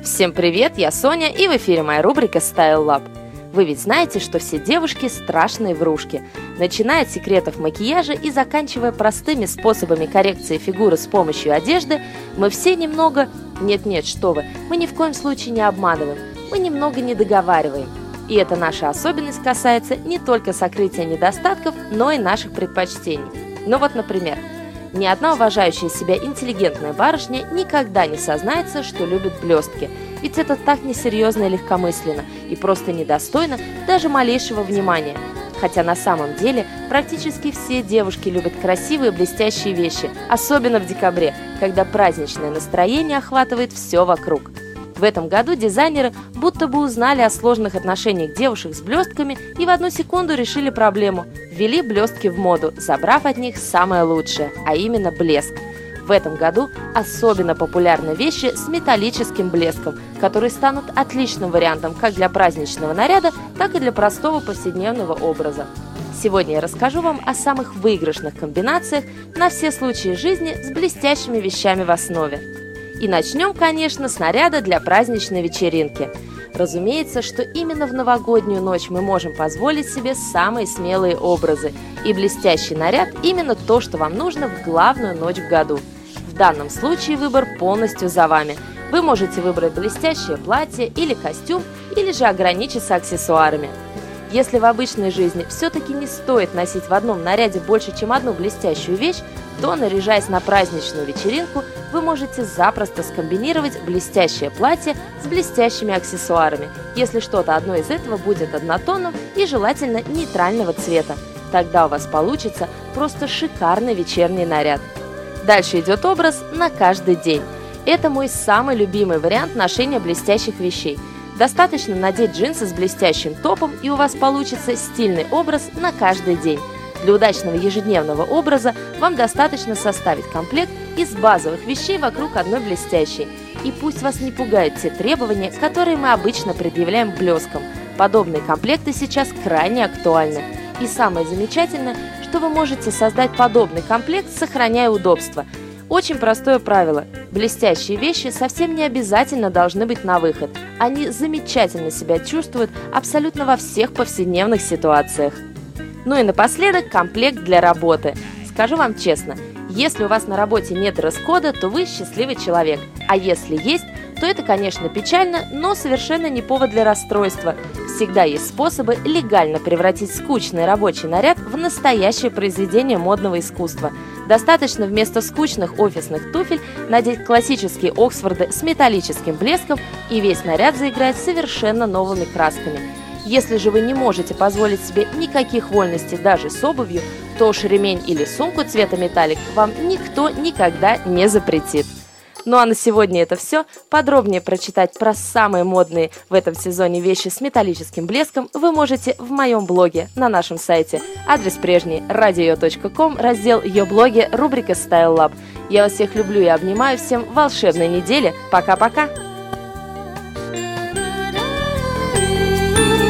Всем привет, я Соня, и в эфире моя рубрика Style Lab. Вы ведь знаете, что все девушки страшные врушки. Начиная от секретов макияжа и заканчивая простыми способами коррекции фигуры с помощью одежды, мы все немного... Нет, что вы, мы ни в коем случае не обманываем, мы немного не договариваем. И эта наша особенность касается не только сокрытия недостатков, но и наших предпочтений. Ну вот, например, ни одна уважающая себя интеллигентная барышня никогда не сознается, что любит блестки, ведь это так несерьезно и легкомысленно, и просто недостойно даже малейшего внимания. Хотя на самом деле практически все девушки любят красивые блестящие вещи, особенно в декабре, когда праздничное настроение охватывает все вокруг. В этом году дизайнеры будто бы узнали о сложных отношениях девушек с блестками и в одну секунду решили проблему. Ввели блестки в моду, забрав от них самое лучшее, а именно блеск. В этом году особенно популярны вещи с металлическим блеском, которые станут отличным вариантом как для праздничного наряда, так и для простого повседневного образа. Сегодня я расскажу вам о самых выигрышных комбинациях на все случаи жизни с блестящими вещами в основе. И начнем, конечно, с наряда для праздничной вечеринки. Разумеется, что именно в новогоднюю ночь мы можем позволить себе самые смелые образы. И блестящий наряд – именно то, что вам нужно в главную ночь в году. В данном случае выбор полностью за вами. Вы можете выбрать блестящее платье или костюм, или же ограничиться аксессуарами. Если в обычной жизни все-таки не стоит носить в одном наряде больше, чем одну блестящую вещь, то, наряжаясь на праздничную вечеринку, вы можете запросто скомбинировать блестящее платье с блестящими аксессуарами, если что-то одно из этого будет однотонным и желательно нейтрального цвета. Тогда у вас получится просто шикарный вечерний наряд. Дальше идет образ на каждый день. Это мой самый любимый вариант ношения блестящих вещей. Достаточно надеть джинсы с блестящим топом, и у вас получится стильный образ на каждый день. Для удачного ежедневного образа вам достаточно составить комплект из базовых вещей вокруг одной блестящей. И пусть вас не пугают те требования, которые мы обычно предъявляем к блескам. Подобные комплекты сейчас крайне актуальны. И самое замечательное, что вы можете создать подобный комплект, сохраняя удобство. Очень простое правило. Блестящие вещи совсем не обязательно должны быть на выход. Они замечательно себя чувствуют абсолютно во всех повседневных ситуациях. Ну и напоследок комплект для работы. Скажу вам честно, если у вас на работе нет дресс-кода, то вы счастливый человек. А если есть, то это, конечно, печально, но совершенно не повод для расстройства. Всегда есть способы легально превратить скучный рабочий наряд в настоящее произведение модного искусства. Достаточно вместо скучных офисных туфель надеть классические Оксфорды с металлическим блеском, и весь наряд заиграет совершенно новыми красками. Если же вы не можете позволить себе никаких вольностей даже с обувью, то уж ремень или сумку цвета металлик вам никто никогда не запретит. Ну а на сегодня это все. Подробнее прочитать про самые модные в этом сезоне вещи с металлическим блеском вы можете в моем блоге на нашем сайте. Адрес прежний – radio.com, раздел «Ее блоги», рубрика Style Lab. Я вас всех люблю и обнимаю. Всем волшебной недели. Пока-пока!